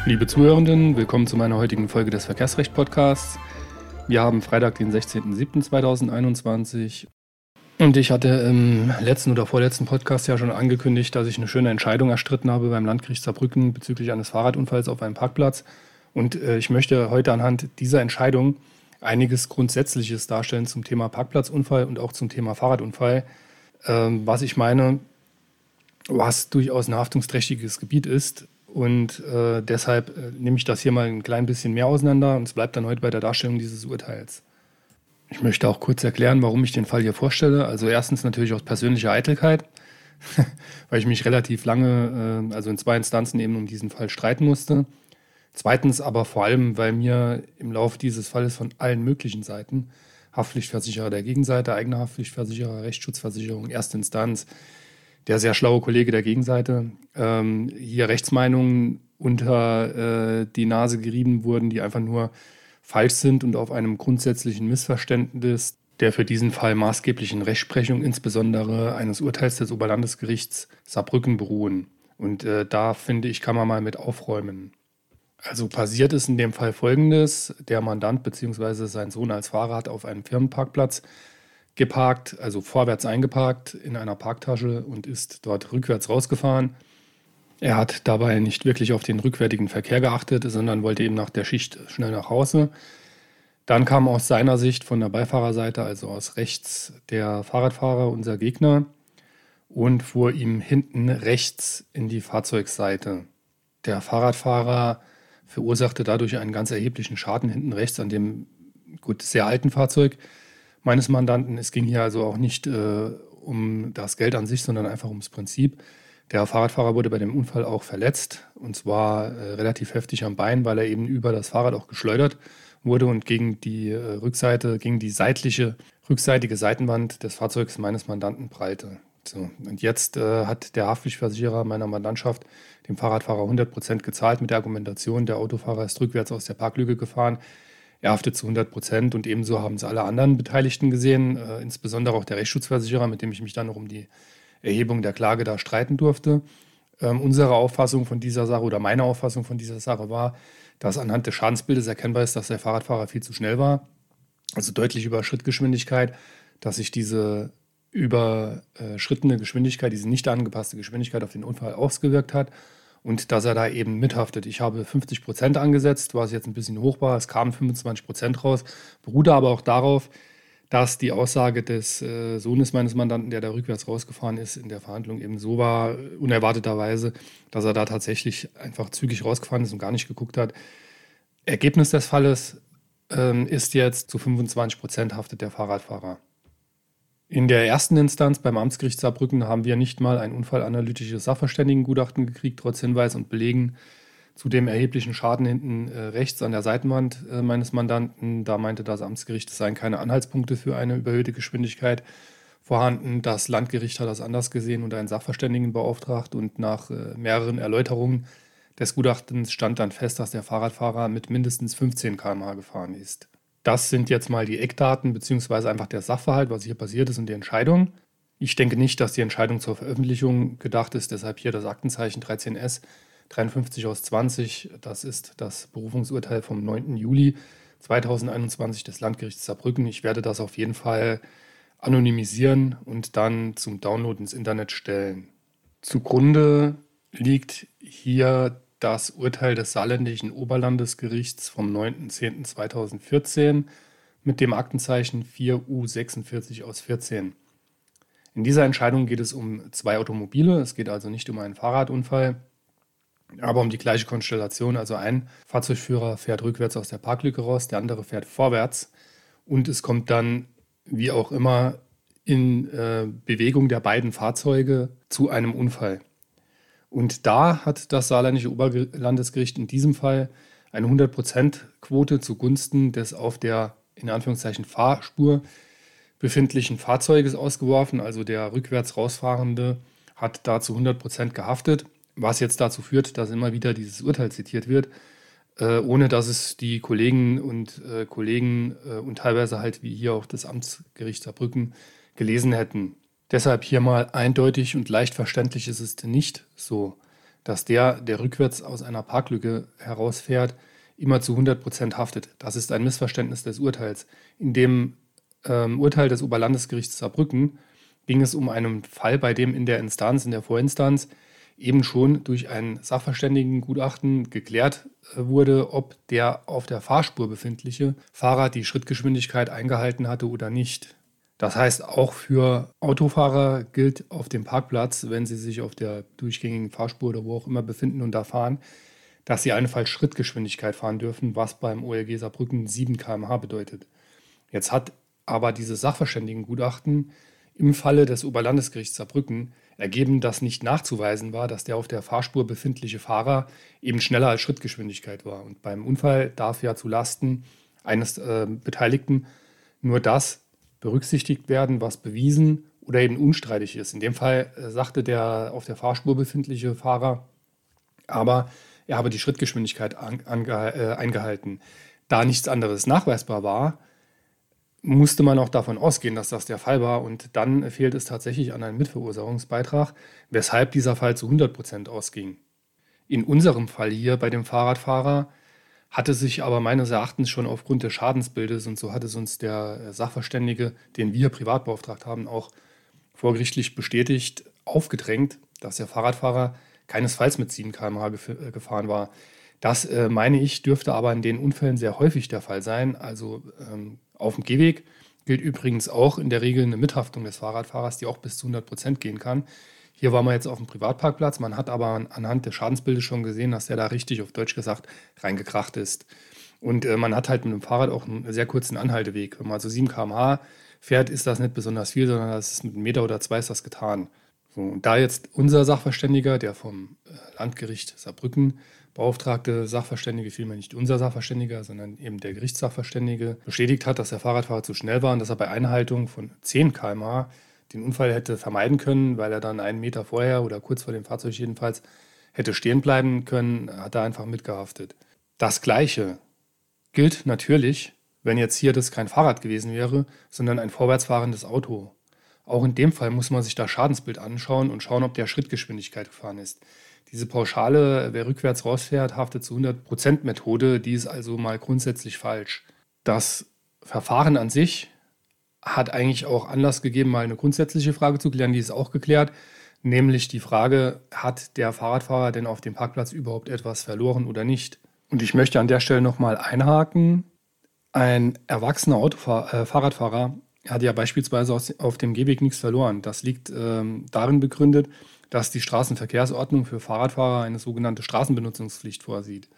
Liebe Zuhörenden, willkommen zu meiner heutigen Folge des Verkehrsrecht-Podcasts. Wir haben Freitag, den 16.07.2021 und ich hatte im letzten oder vorletzten Podcast ja schon angekündigt, dass ich eine schöne Entscheidung erstritten habe beim Landgericht Saarbrücken bezüglich eines Fahrradunfalls auf einem Parkplatz. Und ich möchte heute anhand dieser Entscheidung einiges Grundsätzliches darstellen zum Thema Parkplatzunfall und auch zum Thema Fahrradunfall, was ich meine, was durchaus ein haftungsträchtiges Gebiet ist. Und deshalb nehme ich das hier mal ein klein bisschen mehr auseinander und es bleibt dann heute bei der Darstellung dieses Urteils. Ich möchte auch kurz erklären, warum ich den Fall hier vorstelle. Also erstens natürlich aus persönlicher Eitelkeit, weil ich mich relativ lange, also in 2 Instanzen eben um diesen Fall streiten musste. Zweitens aber vor allem, weil mir im Laufe dieses Falles von allen möglichen Seiten, Haftpflichtversicherer der Gegenseite, eigener Haftpflichtversicherer, Rechtsschutzversicherung, erste Instanz, der sehr schlaue Kollege der Gegenseite, hier Rechtsmeinungen unter die Nase gerieben wurden, die einfach nur falsch sind und auf einem grundsätzlichen Missverständnis der für diesen Fall maßgeblichen Rechtsprechung, insbesondere eines Urteils des Oberlandesgerichts Saarbrücken, beruhen. Und da, finde ich, kann man mal mit aufräumen. Also passiert ist in dem Fall Folgendes: Der Mandant bzw. sein Sohn als Fahrer hat auf einem Firmenparkplatz geparkt, also vorwärts eingeparkt in einer Parktasche und ist dort rückwärts rausgefahren. Er hat dabei nicht wirklich auf den rückwärtigen Verkehr geachtet, sondern wollte eben nach der Schicht schnell nach Hause. Dann kam aus seiner Sicht von der Beifahrerseite, also aus rechts, der Fahrradfahrer, unser Gegner, und fuhr ihm hinten rechts in die Fahrzeugseite. Der Fahrradfahrer verursachte dadurch einen ganz erheblichen Schaden hinten rechts an dem sehr alten Fahrzeug meines Mandanten. Es ging hier also auch nicht um das Geld an sich, sondern einfach ums Prinzip. Der Fahrradfahrer wurde bei dem Unfall auch verletzt, und zwar relativ heftig am Bein, weil er eben über das Fahrrad auch geschleudert wurde und gegen die rückseitige Seitenwand des Fahrzeugs meines Mandanten prallte. So, und jetzt hat der Haftpflichtversicherer meiner Mandantschaft dem Fahrradfahrer 100% gezahlt mit der Argumentation, der Autofahrer ist rückwärts aus der Parklücke gefahren. Er haftet zu 100% und ebenso haben es alle anderen Beteiligten gesehen, insbesondere auch der Rechtsschutzversicherer, mit dem ich mich dann noch um die Erhebung der Klage da streiten durfte. Unsere Auffassung von dieser Sache oder meine Auffassung von dieser Sache war, dass anhand des Schadensbildes erkennbar ist, dass der Fahrradfahrer viel zu schnell war, also deutlich über Schrittgeschwindigkeit, dass sich diese überschrittene Geschwindigkeit, diese nicht angepasste Geschwindigkeit auf den Unfall ausgewirkt hat und dass er da eben mithaftet. Ich habe 50% angesetzt, was jetzt ein bisschen hoch war, es kamen 25% raus, beruhte aber auch darauf, dass die Aussage des Sohnes meines Mandanten, der da rückwärts rausgefahren ist, in der Verhandlung eben so war, unerwarteterweise, dass er da tatsächlich einfach zügig rausgefahren ist und gar nicht geguckt hat. Ergebnis des Falles ist jetzt, zu 25% haftet der Fahrradfahrer. In der ersten Instanz beim Amtsgericht Saarbrücken haben wir nicht mal ein unfallanalytisches Sachverständigengutachten gekriegt, trotz Hinweis und Belegen zu dem erheblichen Schaden hinten rechts an der Seitenwand meines Mandanten. Da meinte das Amtsgericht, es seien keine Anhaltspunkte für eine überhöhte Geschwindigkeit vorhanden. Das Landgericht hat das anders gesehen und einen Sachverständigen beauftragt. Und nach mehreren Erläuterungen des Gutachtens stand dann fest, dass der Fahrradfahrer mit mindestens 15 km/h gefahren ist. Das sind jetzt mal die Eckdaten bzw. einfach der Sachverhalt, was hier passiert ist und die Entscheidung. Ich denke nicht, dass die Entscheidung zur Veröffentlichung gedacht ist, deshalb hier das Aktenzeichen 13S 53 aus 20. Das ist das Berufungsurteil vom 9. Juli 2021 des Landgerichts Saarbrücken. Ich werde das auf jeden Fall anonymisieren und dann zum Download ins Internet stellen. Zugrunde liegt hier das Urteil des Saarländischen Oberlandesgerichts vom 9.10.2014 mit dem Aktenzeichen 4U46 aus 14. In dieser Entscheidung geht es um 2 Automobile. Es geht also nicht um einen Fahrradunfall, aber um die gleiche Konstellation. Also ein Fahrzeugführer fährt rückwärts aus der Parklücke raus, der andere fährt vorwärts. Und es kommt dann, wie auch immer, in Bewegung der beiden Fahrzeuge zu einem Unfall. Und da hat das Saarländische Oberlandesgericht in diesem Fall eine 100%-Quote zugunsten des auf der, in Anführungszeichen, Fahrspur befindlichen Fahrzeuges ausgeworfen. Also der rückwärts rausfahrende hat da zu 100% gehaftet, was jetzt dazu führt, dass immer wieder dieses Urteil zitiert wird, ohne dass es die Kollegen und teilweise halt wie hier auch das Amtsgericht Saarbrücken gelesen hätten. Deshalb hier mal eindeutig und leicht verständlich ist es nicht so, dass der rückwärts aus einer Parklücke herausfährt, immer zu 100% haftet. Das ist ein Missverständnis des Urteils. In dem Urteil des Oberlandesgerichts Saarbrücken ging es um einen Fall, bei dem in der Vorinstanz, eben schon durch ein Sachverständigengutachten geklärt wurde, ob der auf der Fahrspur befindliche Fahrer die Schrittgeschwindigkeit eingehalten hatte oder nicht. Das heißt, auch für Autofahrer gilt auf dem Parkplatz, wenn sie sich auf der durchgängigen Fahrspur oder wo auch immer befinden und da fahren, dass sie allenfalls Schrittgeschwindigkeit fahren dürfen, was beim OLG Saarbrücken 7 km/h bedeutet. Jetzt hat aber dieses Sachverständigengutachten im Falle des Oberlandesgerichts Saarbrücken ergeben, dass nicht nachzuweisen war, dass der auf der Fahrspur befindliche Fahrer eben schneller als Schrittgeschwindigkeit war. Und beim Unfall darf ja zu Lasten eines Beteiligten nur das berücksichtigt werden, was bewiesen oder eben unstreitig ist. In dem Fall sagte der auf der Fahrspur befindliche Fahrer, aber er habe die Schrittgeschwindigkeit eingehalten. Da nichts anderes nachweisbar war, musste man auch davon ausgehen, dass das der Fall war. Und dann fehlt es tatsächlich an einem Mitverursachungsbeitrag, weshalb dieser Fall zu 100% ausging. In unserem Fall hier bei dem Fahrradfahrer hatte sich aber meines Erachtens schon aufgrund des Schadensbildes, und so hat es uns der Sachverständige, den wir privat beauftragt haben, auch vorgerichtlich bestätigt, aufgedrängt, dass der Fahrradfahrer keinesfalls mit 7 km/h gefahren war. Das, meine ich, dürfte aber in den Unfällen sehr häufig der Fall sein. Also auf dem Gehweg gilt übrigens auch in der Regel eine Mithaftung des Fahrradfahrers, die auch bis zu 100% gehen kann. Hier waren wir jetzt auf dem Privatparkplatz, man hat aber anhand des Schadensbildes schon gesehen, dass der da richtig, auf Deutsch gesagt, reingekracht ist. Und man hat halt mit dem Fahrrad auch einen sehr kurzen Anhalteweg. Wenn man also 7 km/h fährt, ist das nicht besonders viel, sondern das ist mit 1 Meter oder 2 ist das getan. So, und da jetzt unser Sachverständiger, der vom Landgericht Saarbrücken beauftragte Sachverständige, vielmehr nicht unser Sachverständiger, sondern eben der Gerichtssachverständige, bestätigt hat, dass der Fahrradfahrer zu schnell war und dass er bei Einhaltung von 10 km/h den Unfall hätte vermeiden können, weil er dann 1 Meter vorher oder kurz vor dem Fahrzeug jedenfalls hätte stehen bleiben können, hat er einfach mitgehaftet. Das Gleiche gilt natürlich, wenn jetzt hier das kein Fahrrad gewesen wäre, sondern ein vorwärtsfahrendes Auto. Auch in dem Fall muss man sich das Schadensbild anschauen und schauen, ob der Schrittgeschwindigkeit gefahren ist. Diese Pauschale, wer rückwärts rausfährt, haftet zu 100% Methode, die ist also mal grundsätzlich falsch. Das Verfahren an sich hat eigentlich auch Anlass gegeben, mal eine grundsätzliche Frage zu klären, die ist auch geklärt, nämlich die Frage, hat der Fahrradfahrer denn auf dem Parkplatz überhaupt etwas verloren oder nicht? Und ich möchte an der Stelle nochmal einhaken. Ein erwachsener Fahrradfahrer hat ja beispielsweise auf dem Gehweg nichts verloren. Das liegt darin begründet, dass die Straßenverkehrsordnung für Fahrradfahrer eine sogenannte Straßenbenutzungspflicht vorsieht.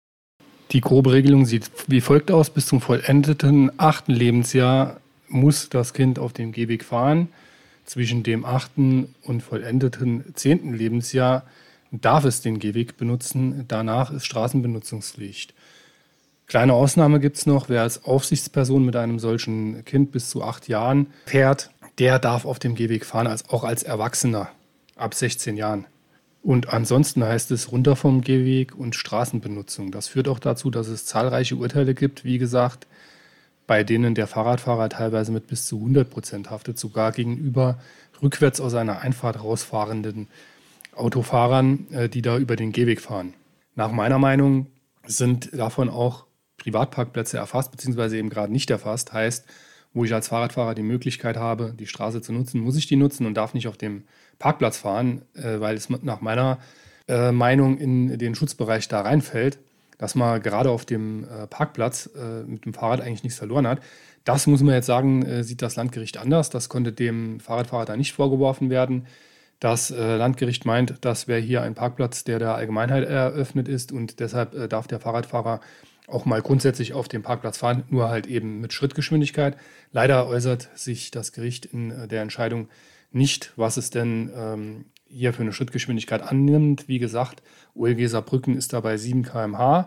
Die grobe Regelung sieht wie folgt aus: Bis zum vollendeten 8. Lebensjahr muss das Kind auf dem Gehweg fahren. Zwischen dem 8. und vollendeten 10. Lebensjahr darf es den Gehweg benutzen. Danach ist Straßenbenutzungspflicht. Kleine Ausnahme gibt es noch: Wer als Aufsichtsperson mit einem solchen Kind bis zu 8 Jahren fährt, der darf auf dem Gehweg fahren, auch als Erwachsener ab 16 Jahren. Und ansonsten heißt es runter vom Gehweg und Straßenbenutzung. Das führt auch dazu, dass es zahlreiche Urteile gibt, wie gesagt, bei denen der Fahrradfahrer teilweise mit bis zu 100% haftet, sogar gegenüber rückwärts aus einer Einfahrt rausfahrenden Autofahrern, die da über den Gehweg fahren. Nach meiner Meinung sind davon auch Privatparkplätze erfasst, beziehungsweise eben gerade nicht erfasst. Heißt, wo ich als Fahrradfahrer die Möglichkeit habe, die Straße zu nutzen, muss ich die nutzen und darf nicht auf dem Parkplatz fahren, weil es nach meiner Meinung in den Schutzbereich da reinfällt, dass man gerade auf dem Parkplatz mit dem Fahrrad eigentlich nichts verloren hat. Das muss man jetzt sagen, sieht das Landgericht anders. Das konnte dem Fahrradfahrer da nicht vorgeworfen werden. Das Landgericht meint, das wäre hier ein Parkplatz, der der Allgemeinheit eröffnet ist, und deshalb darf der Fahrradfahrer auch mal grundsätzlich auf dem Parkplatz fahren, nur halt eben mit Schrittgeschwindigkeit. Leider äußert sich das Gericht in der Entscheidung nicht, was es denn hier für eine Schrittgeschwindigkeit annimmt. Wie gesagt, OLG Saarbrücken ist dabei 7 km/h.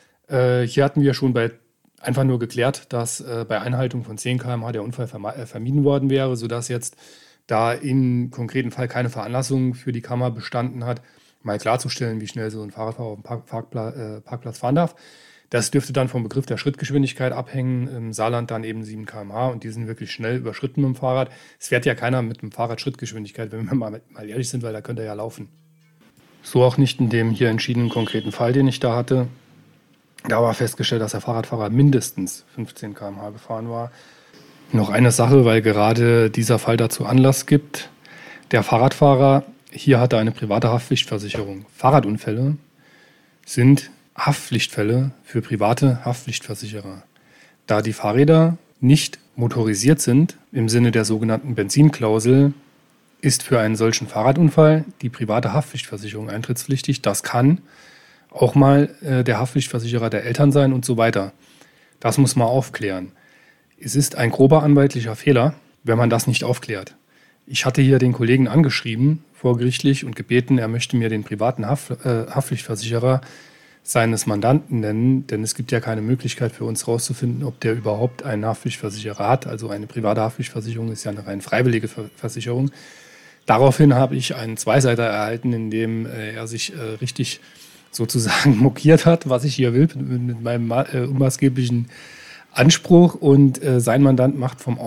Hier hatten wir schon einfach nur geklärt, dass bei Einhaltung von 10 km/h der Unfall vermieden worden wäre, sodass jetzt da im konkreten Fall keine Veranlassung für die Kammer bestanden hat, mal klarzustellen, wie schnell so ein Fahrradfahrer auf dem Parkplatz fahren darf. Das dürfte dann vom Begriff der Schrittgeschwindigkeit abhängen. Im Saarland dann eben 7 km/h und die sind wirklich schnell überschritten mit dem Fahrrad. Es fährt ja keiner mit dem Fahrrad Schrittgeschwindigkeit, wenn wir mal ehrlich sind, weil da könnte er ja laufen. So auch nicht in dem hier entschiedenen konkreten Fall, den ich da hatte. Da war festgestellt, dass der Fahrradfahrer mindestens 15 km/h gefahren war. Noch eine Sache, weil gerade dieser Fall dazu Anlass gibt. Der Fahrradfahrer hier hatte eine private Haftpflichtversicherung. Fahrradunfälle sind Haftpflichtfälle für private Haftpflichtversicherer. Da die Fahrräder nicht motorisiert sind, im Sinne der sogenannten Benzinklausel, ist für einen solchen Fahrradunfall die private Haftpflichtversicherung eintrittspflichtig. Das kann auch mal der Haftpflichtversicherer der Eltern sein und so weiter. Das muss man aufklären. Es ist ein grober anwaltlicher Fehler, wenn man das nicht aufklärt. Ich hatte hier den Kollegen angeschrieben, vorgerichtlich, und gebeten, er möchte mir den privaten Haftpflichtversicherer seines Mandanten nennen, denn es gibt ja keine Möglichkeit für uns herauszufinden, ob der überhaupt einen Haftpflichtversicherer hat. Also eine private Haftpflichtversicherung ist ja eine rein freiwillige Versicherung. Daraufhin habe ich einen Zweiseiter erhalten, in dem er sich richtig sozusagen mokiert hat, was ich hier will, mit meinem unmaßgeblichen Anspruch, und sein Mandant macht vom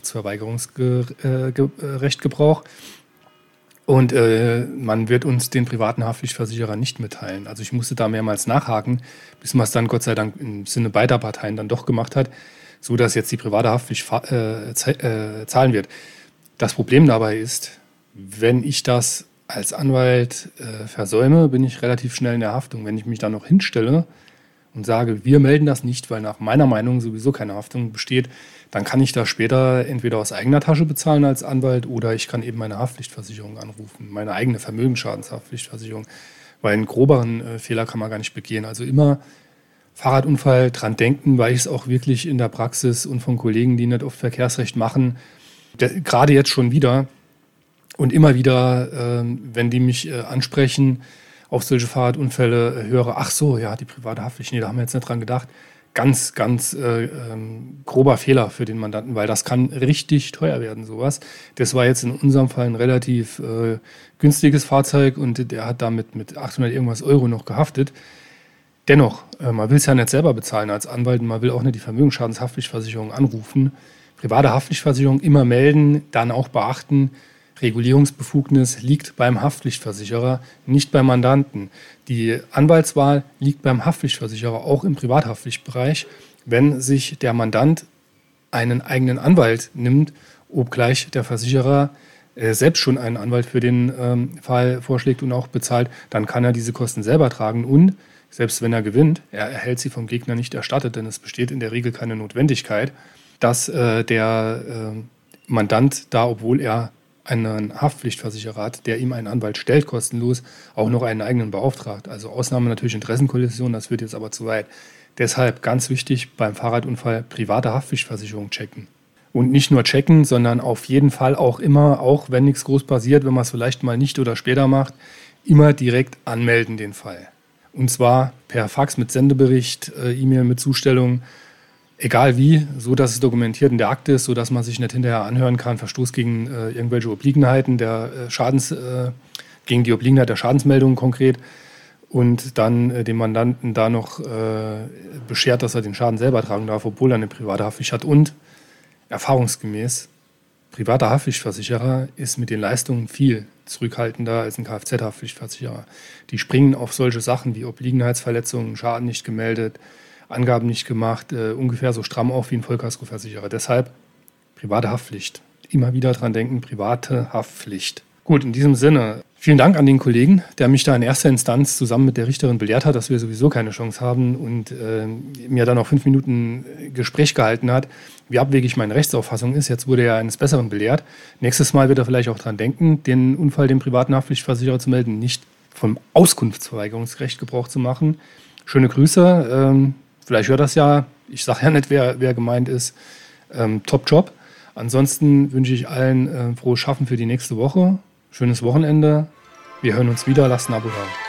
Auskunftsverweigerungsrecht Gebrauch. Und man wird uns den privaten Haftpflichtversicherer nicht mitteilen. Also ich musste da mehrmals nachhaken, bis man es dann Gott sei Dank im Sinne beider Parteien dann doch gemacht hat, so dass jetzt die private Haftpflicht zahlen wird. Das Problem dabei ist, wenn ich das als Anwalt versäume, bin ich relativ schnell in der Haftung. Wenn ich mich dann noch hinstelle und sage, wir melden das nicht, weil nach meiner Meinung sowieso keine Haftung besteht, dann kann ich das später entweder aus eigener Tasche bezahlen als Anwalt oder ich kann eben meine Haftpflichtversicherung anrufen, meine eigene Vermögensschadenshaftpflichtversicherung, weil einen groberen Fehler kann man gar nicht begehen. Also immer Fahrradunfall dran denken, weil ich es auch wirklich in der Praxis und von Kollegen, die nicht oft Verkehrsrecht machen, gerade jetzt schon wieder und immer wieder, wenn die mich ansprechen, auf solche Fahrradunfälle höre, ach so, ja, die private Haftpflicht, nee, da haben wir jetzt nicht dran gedacht. Ganz grober Fehler für den Mandanten, weil das kann richtig teuer werden, sowas. Das war jetzt in unserem Fall ein relativ günstiges Fahrzeug und der hat damit mit 800 irgendwas Euro noch gehaftet. Dennoch, man will es ja nicht selber bezahlen als Anwalt und man will auch nicht die Vermögensschadenshaftpflichtversicherung anrufen. Private Haftpflichtversicherung immer melden, dann auch beachten, Regulierungsbefugnis liegt beim Haftpflichtversicherer, nicht beim Mandanten. Die Anwaltswahl liegt beim Haftpflichtversicherer, auch im Privathaftpflichtbereich, wenn sich der Mandant einen eigenen Anwalt nimmt, obgleich der Versicherer selbst schon einen Anwalt für den Fall vorschlägt und auch bezahlt, dann kann er diese Kosten selber tragen und selbst wenn er gewinnt, er erhält sie vom Gegner nicht erstattet, denn es besteht in der Regel keine Notwendigkeit, dass der Mandant da, obwohl er einen Haftpflichtversicherer hat, der ihm einen Anwalt stellt, kostenlos, auch noch einen eigenen beauftragt. Also Ausnahme natürlich Interessenkollision, das führt jetzt aber zu weit. Deshalb ganz wichtig, beim Fahrradunfall private Haftpflichtversicherung checken. Und nicht nur checken, sondern auf jeden Fall auch immer, auch wenn nichts groß passiert, wenn man es vielleicht mal nicht oder später macht, immer direkt anmelden den Fall. Und zwar per Fax mit Sendebericht, E-Mail mit Zustellung, egal wie, so dass es dokumentiert in der Akte ist, so dass man sich nicht hinterher anhören kann, Verstoß gegen irgendwelche Obliegenheiten gegen die Obliegenheit der Schadensmeldung konkret und dann dem Mandanten da noch beschert, dass er den Schaden selber tragen darf, obwohl er eine private Haftpflicht hat. Und erfahrungsgemäß, privater Haftpflichtversicherer ist mit den Leistungen viel zurückhaltender als ein Kfz-Haftpflichtversicherer. Die springen auf solche Sachen wie Obliegenheitsverletzungen, Schaden nicht gemeldet, Angaben nicht gemacht, ungefähr so stramm auf wie ein Vollkaskoversicherer. Deshalb private Haftpflicht. Immer wieder dran denken, private Haftpflicht. Gut, in diesem Sinne, vielen Dank an den Kollegen, der mich da in erster Instanz zusammen mit der Richterin belehrt hat, dass wir sowieso keine Chance haben und mir dann auch 5 Minuten Gespräch gehalten hat, wie abwegig meine Rechtsauffassung ist. Jetzt wurde er eines Besseren belehrt. Nächstes Mal wird er vielleicht auch dran denken, den Unfall dem privaten Haftpflichtversicherer zu melden, nicht vom Auskunftsverweigerungsrecht Gebrauch zu machen. Schöne Grüße. Vielleicht hört das ja. Ich sage ja nicht, wer gemeint ist. Top Job. Ansonsten wünsche ich allen frohes Schaffen für die nächste Woche. Schönes Wochenende. Wir hören uns wieder. Lasst ein Abo da.